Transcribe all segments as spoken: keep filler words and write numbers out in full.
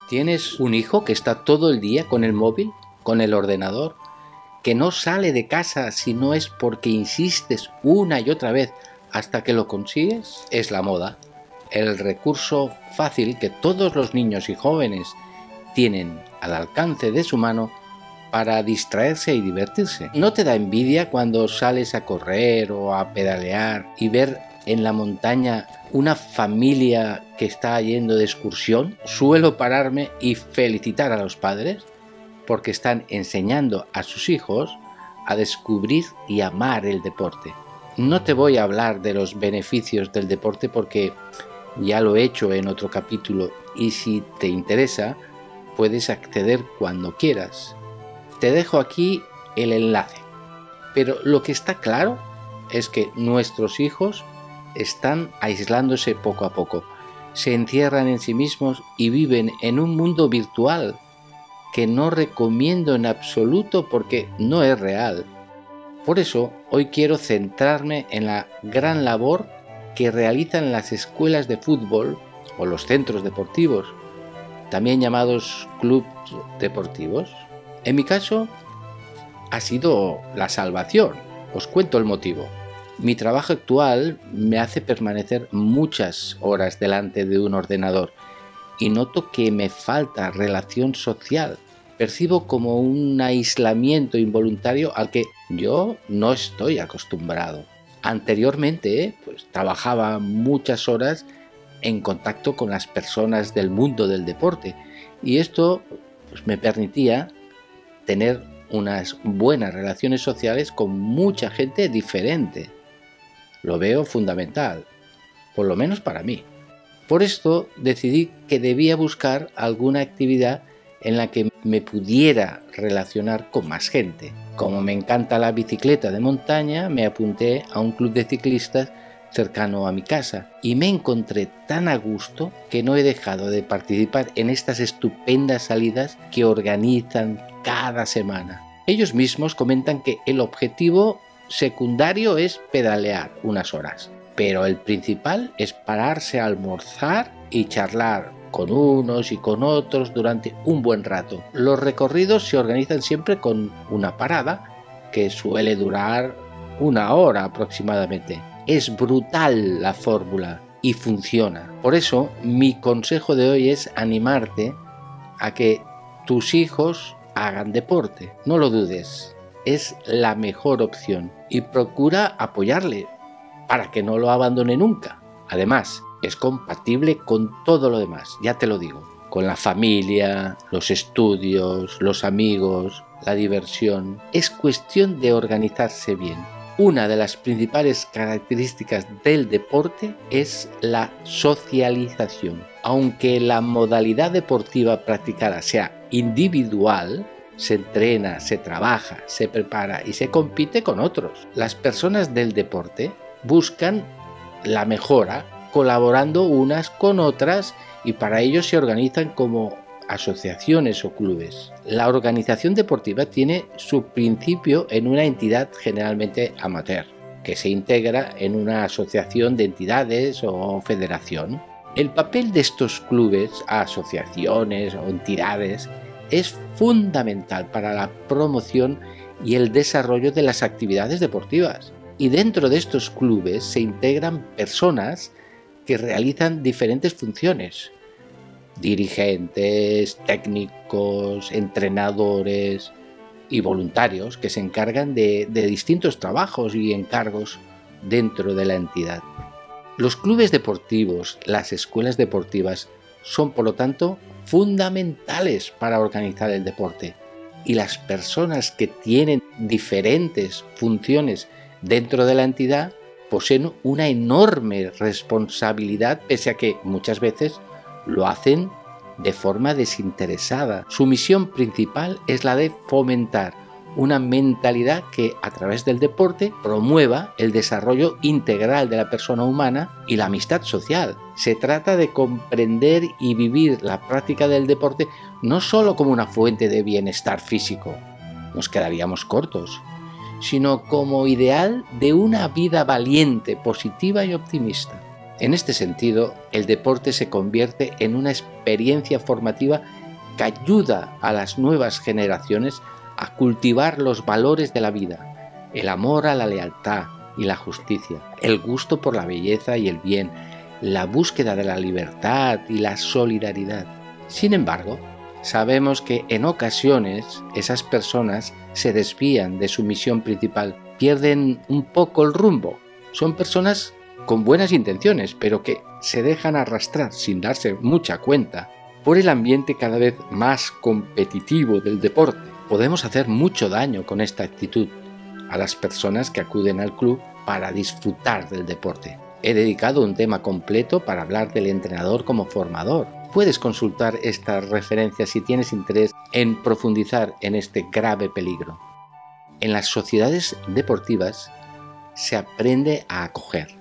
¿Tienes un hijo que está todo el día con el móvil, con el ordenador, que no sale de casa si no es porque insistes una y otra vez hasta que lo consigues? Es la moda, el recurso fácil que todos los niños y jóvenes tienen al alcance de su mano para distraerse y divertirse. ¿No te da envidia cuando sales a correr o a pedalear y ver en la montaña una familia que está yendo de excursión? Suelo pararme y felicitar a los padres porque están enseñando a sus hijos a descubrir y amar el deporte. No te voy a hablar de los beneficios del deporte porque ya lo he hecho en otro capítulo y si te interesa puedes acceder cuando quieras. Te dejo aquí el enlace. Pero lo que está claro es que nuestros hijos están aislándose poco a poco. Se encierran en sí mismos y viven en un mundo virtual que no recomiendo en absoluto porque no es real. Por eso hoy quiero centrarme en la gran labor que realizan las escuelas de fútbol o los centros deportivos, también llamados clubes deportivos. En mi caso ha sido la salvación. Os cuento el motivo. Mi trabajo actual me hace permanecer muchas horas delante de un ordenador y noto que me falta relación social. Percibo como un aislamiento involuntario al que yo no estoy acostumbrado. Anteriormente, pues, trabajaba muchas horas en contacto con las personas del mundo del deporte y esto pues, me permitía tener unas buenas relaciones sociales con mucha gente diferente. Lo veo fundamental, por lo menos para mí. Por esto decidí que debía buscar alguna actividad en la que me pudiera relacionar con más gente. Como me encanta la bicicleta de montaña, me apunté a un club de ciclistas cercano a mi casa y me encontré tan a gusto que no he dejado de participar en estas estupendas salidas que organizan cada semana. Ellos mismos comentan que el objetivo secundario es pedalear unas horas, pero el principal es pararse a almorzar y charlar con unos y con otros durante un buen rato. Los recorridos se organizan siempre con una parada que suele durar una hora aproximadamente. Es brutal la fórmula y funciona. Por eso mi consejo de hoy es animarte a que tus hijos hagan deporte. No lo dudes, es la mejor opción y procura apoyarle para que no lo abandone nunca. Además, es compatible con todo lo demás, ya te lo digo, con la familia, los estudios, los amigos, la diversión. Es cuestión de organizarse bien. Una de las principales características del deporte es la socialización. Aunque la modalidad deportiva practicada sea individual, se entrena, se trabaja, se prepara y se compite con otros. Las personas del deporte buscan la mejora colaborando unas con otras y para ello se organizan como asociaciones o clubes. La organización deportiva tiene su principio en una entidad generalmente amateur, que se integra en una asociación de entidades o federación. El papel de estos clubes, asociaciones o entidades es fundamental para la promoción y el desarrollo de las actividades deportivas. Y dentro de estos clubes se integran personas que realizan diferentes funciones. Dirigentes, técnicos, entrenadores y voluntarios que se encargan de, de distintos trabajos y encargos dentro de la entidad. Los clubes deportivos, las escuelas deportivas, son por lo tanto fundamentales para organizar el deporte y las personas que tienen diferentes funciones dentro de la entidad poseen una enorme responsabilidad pese a que muchas veces lo hacen de forma desinteresada. Su misión principal es la de fomentar una mentalidad que a través del deporte promueva el desarrollo integral de la persona humana y la amistad social. Se trata de comprender y vivir la práctica del deporte no solo como una fuente de bienestar físico, nos quedaríamos cortos, sino como ideal de una vida valiente, positiva y optimista. En este sentido, el deporte se convierte en una experiencia formativa que ayuda a las nuevas generaciones a cultivar los valores de la vida, el amor a la lealtad y la justicia, el gusto por la belleza y el bien, la búsqueda de la libertad y la solidaridad. Sin embargo, sabemos que en ocasiones esas personas se desvían de su misión principal, pierden un poco el rumbo. Son personas con buenas intenciones, pero que se dejan arrastrar sin darse mucha cuenta por el ambiente cada vez más competitivo del deporte. Podemos hacer mucho daño con esta actitud a las personas que acuden al club para disfrutar del deporte. He dedicado un tema completo para hablar del entrenador como formador. Puedes consultar estas referencias si tienes interés en profundizar en este grave peligro. En las sociedades deportivas se aprende a acoger.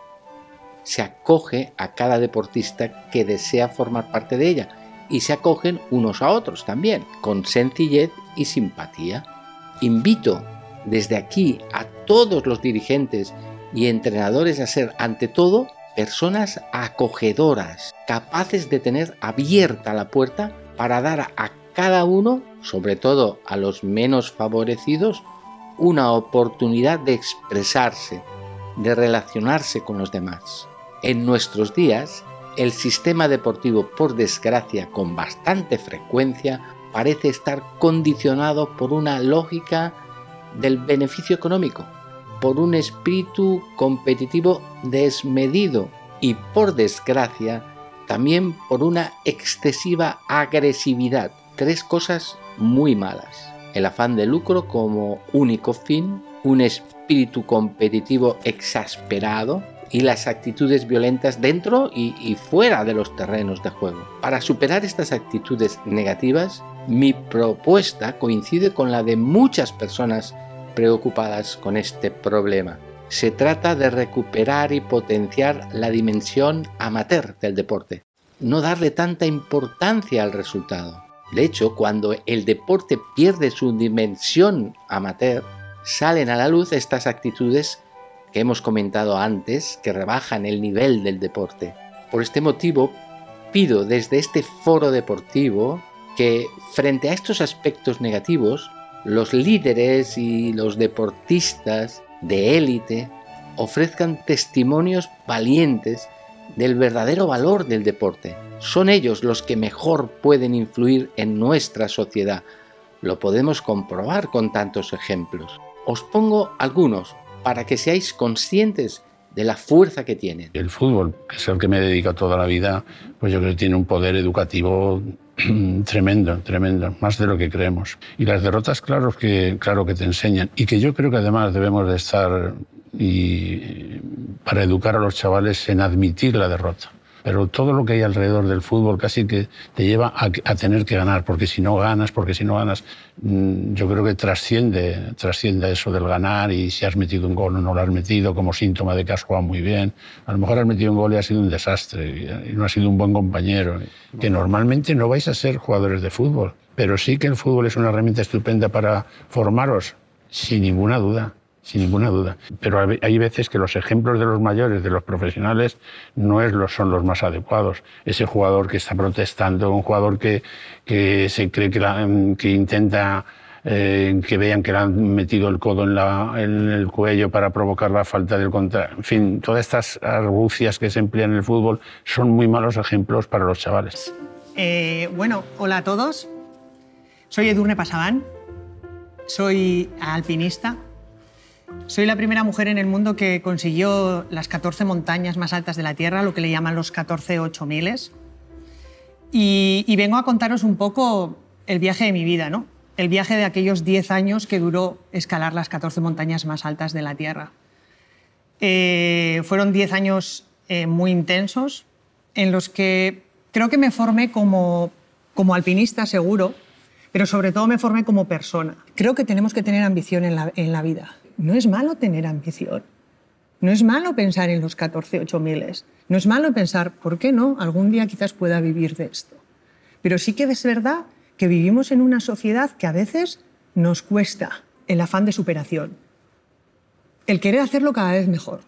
Se acoge a cada deportista que desea formar parte de ella y se acogen unos a otros también, con sencillez y simpatía. Invito desde aquí a todos los dirigentes y entrenadores a ser, ante todo, personas acogedoras, capaces de tener abierta la puerta para dar a cada uno, sobre todo a los menos favorecidos, una oportunidad de expresarse, de relacionarse con los demás. En nuestros días, el sistema deportivo, por desgracia, con bastante frecuencia, parece estar condicionado por una lógica del beneficio económico, por un espíritu competitivo desmedido y, por desgracia, también por una excesiva agresividad. Tres cosas muy malas: el afán de lucro como único fin, un espíritu competitivo exasperado y las actitudes violentas dentro y, y fuera de los terrenos de juego. Para superar estas actitudes negativas, mi propuesta coincide con la de muchas personas preocupadas con este problema. Se trata de recuperar y potenciar la dimensión amateur del deporte, no darle tanta importancia al resultado. De hecho, cuando el deporte pierde su dimensión amateur, salen a la luz estas actitudes que hemos comentado antes, que rebajan el nivel del deporte. Por este motivo, pido desde este foro deportivo que, frente a estos aspectos negativos, los líderes y los deportistas de élite ofrezcan testimonios valientes del verdadero valor del deporte. Son ellos los que mejor pueden influir en nuestra sociedad. Lo podemos comprobar con tantos ejemplos. Os pongo algunos para que seáis conscientes de la fuerza que tienen. El fútbol, que es el que me he dedicado toda la vida, pues yo creo que tiene un poder educativo tremendo, tremendo, más de lo que creemos. Y las derrotas, claro que, claro que te enseñan, y que yo creo que además debemos de estar y, para educar a los chavales en admitir la derrota. Pero todo lo que hay alrededor del fútbol casi que te lleva a, a tener que ganar, porque si no ganas, porque si no ganas, yo creo que trasciende, trasciende eso del ganar y si has metido un gol o no lo has metido como síntoma de que has jugado muy bien. A lo mejor has metido un gol y has sido un desastre y no has sido un buen compañero. Que normalmente no vais a ser jugadores de fútbol, pero sí que el fútbol es una herramienta estupenda para formaros, sin ninguna duda. Sin ninguna duda. Pero hay veces que los ejemplos de los mayores, de los profesionales, no es los, son los más adecuados. Ese jugador que está protestando, un jugador que, que se cree que, la, que intenta eh, que vean que le han metido el codo en, la, en el cuello para provocar la falta del contrario. En fin, todas estas argucias que se emplean en el fútbol son muy malos ejemplos para los chavales. Eh, bueno, hola a todos. Soy Edurne Pasaban. Soy alpinista. Soy la primera mujer en el mundo que consiguió las catorce montañas más altas de la Tierra, lo que le llaman los catorce ocho miles. Y, y vengo a contaros un poco el viaje de mi vida, ¿no? El viaje de aquellos diez años que duró escalar las catorce montañas más altas de la Tierra. Eh, fueron diez años eh, muy intensos en los que creo que me formé como, como alpinista, seguro, pero sobre todo me formé como persona. Creo que tenemos que tener ambición en la, en la vida. No es malo tener ambición. No es malo pensar en los catorce ocho miles. No es malo pensar, ¿por qué no? Algún día quizás pueda vivir de esto. Pero sí que es verdad que vivimos en una sociedad que a veces nos cuesta el afán de superación. El querer hacerlo cada vez mejor.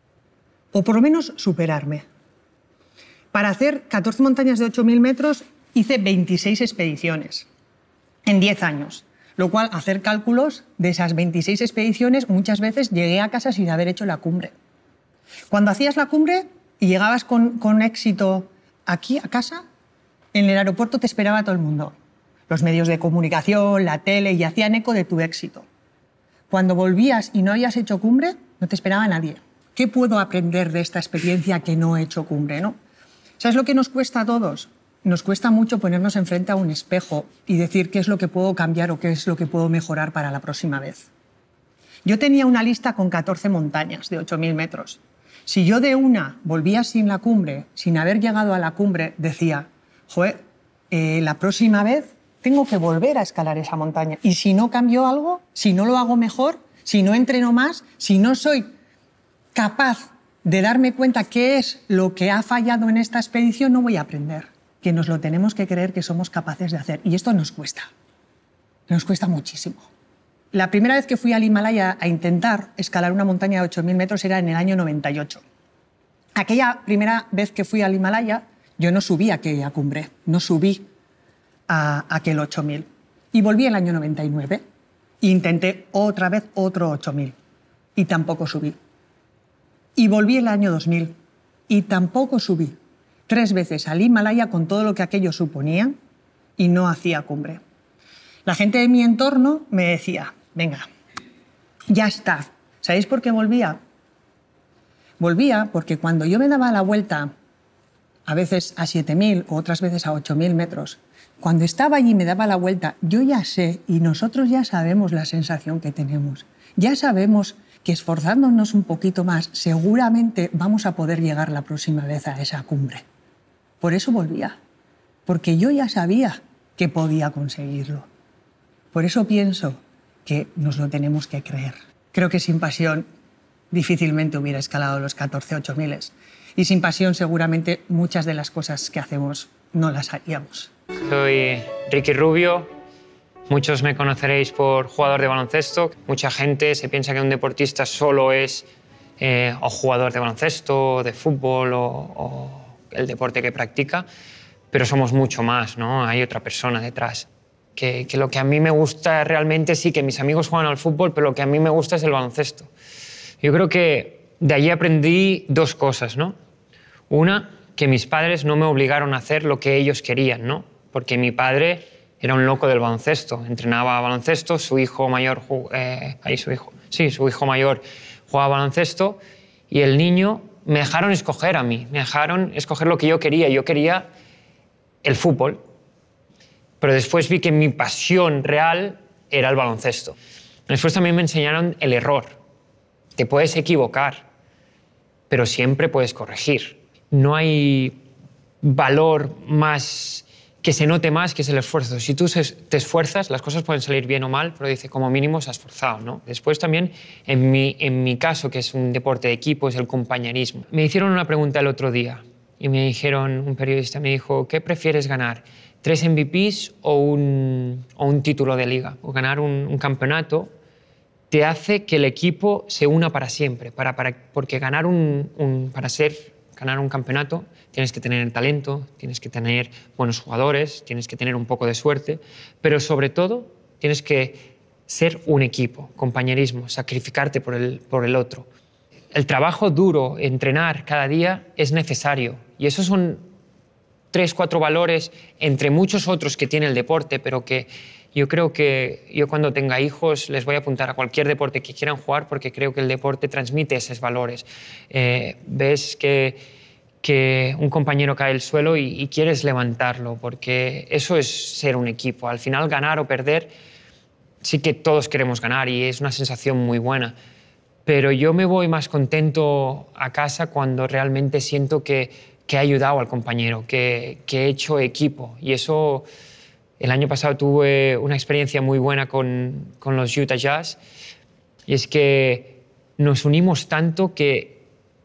O por lo menos superarme. Para hacer catorce montañas de ocho mil metros hice veintiséis expediciones en diez años, lo cual, hacer cálculos de esas veintiséis expediciones, muchas veces llegué a casa sin haber hecho la cumbre. Cuando hacías la cumbre y llegabas con, con éxito aquí a casa, en el aeropuerto te esperaba todo el mundo. Los medios de comunicación, la tele, y hacían eco de tu éxito. Cuando volvías y no habías hecho cumbre, no te esperaba nadie. ¿Qué puedo aprender de esta experiencia que no he hecho cumbre, no? ¿Sabes lo que nos cuesta a todos? Nos cuesta mucho ponernos enfrente a un espejo y decir qué es lo que puedo cambiar o qué es lo que puedo mejorar para la próxima vez. Yo tenía una lista con catorce montañas de ocho mil metros. Si yo de una volvía sin la cumbre, sin haber llegado a la cumbre, decía, joder, eh, la próxima vez tengo que volver a escalar esa montaña. Y si no cambio algo, si no lo hago mejor, si no entreno más, si no soy capaz de darme cuenta qué es lo que ha fallado en esta expedición, no voy a aprender. Que nos lo tenemos que creer que somos capaces de hacer. Y esto nos cuesta. Nos cuesta muchísimo. La primera vez que fui al Himalaya a intentar escalar una montaña de ocho mil metros era en el año noventa y ocho. Aquella primera vez que fui al Himalaya, yo no subí a aquella cumbre, no subí a aquel ocho mil. Y volví el año noventa y nueve e intenté otra vez otro ocho mil. Y tampoco subí. Y volví el año dos mil y tampoco subí. Tres veces al Himalaya con todo lo que aquello suponía y no hacía cumbre. La gente de mi entorno me decía, venga, ya está. ¿Sabéis por qué volvía? Volvía porque cuando yo me daba la vuelta, a veces a siete mil o otras veces a ocho mil metros, cuando estaba allí y me daba la vuelta, yo ya sé, y nosotros ya sabemos la sensación que tenemos. Ya sabemos que esforzándonos un poquito más, seguramente vamos a poder llegar la próxima vez a esa cumbre. Por eso volvía, porque yo ya sabía que podía conseguirlo. Por eso pienso que nos lo tenemos que creer. Creo que sin pasión difícilmente hubiera escalado los catorce ocho miles. Y sin pasión seguramente muchas de las cosas que hacemos no las haríamos. Soy Ricky Rubio. Muchos me conoceréis por jugador de baloncesto. Mucha gente se piensa que un deportista solo es eh, o jugador de baloncesto, de fútbol o, o el deporte que practica, pero somos mucho más, ¿no? Hay otra persona detrás. Que, que lo que a mí me gusta realmente, sí, que mis amigos juegan al fútbol, pero lo que a mí me gusta es el baloncesto. Yo creo que de allí aprendí dos cosas, ¿no? Una, que mis padres no me obligaron a hacer lo que ellos querían, ¿no? Porque mi padre era un loco del baloncesto, entrenaba baloncesto, su hijo mayor, eh, ahí su hijo, sí, su hijo mayor jugaba baloncesto y el niño me dejaron escoger a mí, me dejaron escoger lo que yo quería. Yo quería el fútbol, pero después vi que mi pasión real era el baloncesto. Después también me enseñaron el error. Te puedes equivocar, pero siempre puedes corregir. No hay valor más que se note más que es el esfuerzo. Si tú te esfuerzas, las cosas pueden salir bien o mal, pero dice, como mínimo se ha esforzado, ¿no? Después también, en mi, en mi caso, que es un deporte de equipo, es el compañerismo. Me hicieron una pregunta el otro día y me dijeron, un periodista me dijo, ¿qué prefieres ganar? ¿Tres M V Pes o un, o un título de liga? O ganar un, un campeonato te hace que el equipo se una para siempre, para, para, porque ganar un, un, para ser, ganar un campeonato tienes que tener talento, tienes que tener buenos jugadores, tienes que tener un poco de suerte, pero sobre todo tienes que ser un equipo, compañerismo, sacrificarte por el, por el otro. El trabajo duro, entrenar cada día es necesario y esos son tres, cuatro valores entre muchos otros que tiene el deporte, pero que yo creo que yo cuando tenga hijos les voy a apuntar a cualquier deporte que quieran jugar porque creo que el deporte transmite esos valores. Eh, ves que, que un compañero cae al suelo y, y quieres levantarlo porque eso es ser un equipo. Al final, ganar o perder, sí que todos queremos ganar y es una sensación muy buena, pero yo me voy más contento a casa cuando realmente siento que, que he ayudado al compañero, que, que he hecho equipo y eso... El año pasado tuve una experiencia muy buena con, con los Utah Jazz y es que nos unimos tanto que,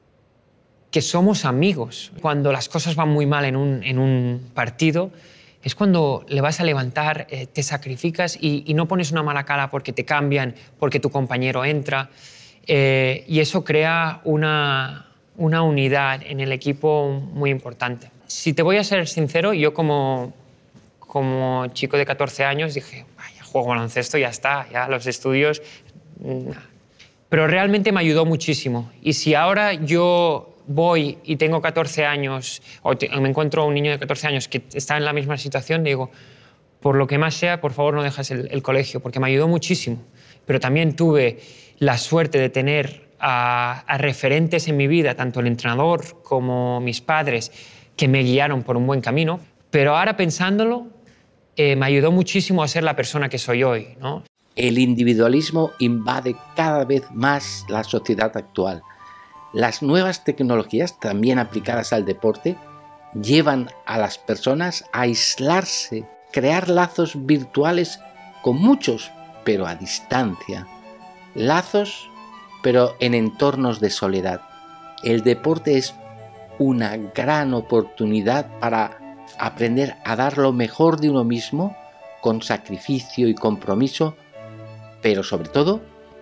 que somos amigos. Cuando las cosas van muy mal en un, en un partido es cuando le vas a levantar, eh, te sacrificas y, y no pones una mala cara porque te cambian, porque tu compañero entra eh, y eso crea una, una unidad en el equipo muy importante. Si te voy a ser sincero, yo como como chico de catorce años dije, vaya, juego baloncesto, ya está, ya los estudios... Nah. Pero realmente me ayudó muchísimo. Y si ahora yo voy y tengo catorce años, o te, me encuentro a un niño de catorce años que está en la misma situación, digo, por lo que más sea, por favor no dejes el, el colegio, porque me ayudó muchísimo. Pero también tuve la suerte de tener a, a referentes en mi vida, tanto el entrenador como mis padres, que me guiaron por un buen camino. Pero ahora pensándolo, eh, me ayudó muchísimo a ser la persona que soy hoy, ¿no? El individualismo invade cada vez más la sociedad actual. Las nuevas tecnologías, también aplicadas al deporte, llevan a las personas a aislarse, crear lazos virtuales con muchos, pero a distancia. Lazos, pero en entornos de soledad. El deporte es una gran oportunidad para aprender a dar lo mejor de uno mismo con sacrificio y compromiso, pero sobre todo,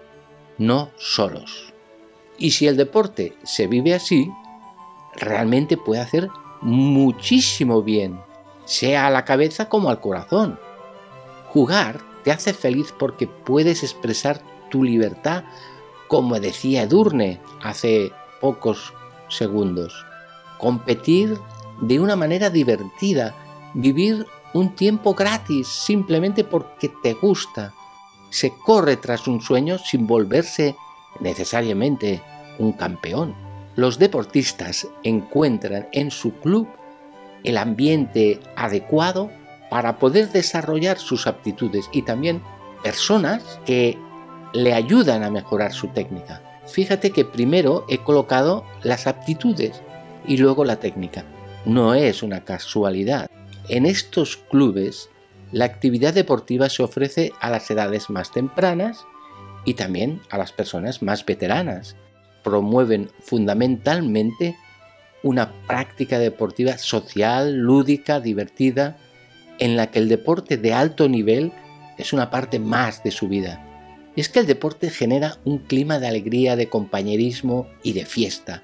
no solos. Y si el deporte se vive así, realmente puede hacer muchísimo bien, sea a la cabeza como al corazón. Jugar te hace feliz porque puedes expresar tu libertad, como decía Edurne hace pocos segundos. Competir de una manera divertida, vivir un tiempo gratis simplemente porque te gusta. Se corre tras un sueño sin volverse necesariamente un campeón. Los deportistas encuentran en su club el ambiente adecuado para poder desarrollar sus aptitudes y también personas que le ayudan a mejorar su técnica. Fíjate que primero he colocado las aptitudes y luego la técnica. No es una casualidad. En estos clubes la actividad deportiva se ofrece a las edades más tempranas y también a las personas más veteranas. Promueven fundamentalmente una práctica deportiva social, lúdica, divertida, en la que el deporte de alto nivel es una parte más de su vida. Y es que el deporte genera un clima de alegría, de compañerismo y de fiesta.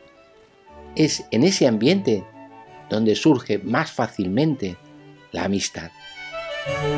Es en ese ambiente donde surge más fácilmente la amistad.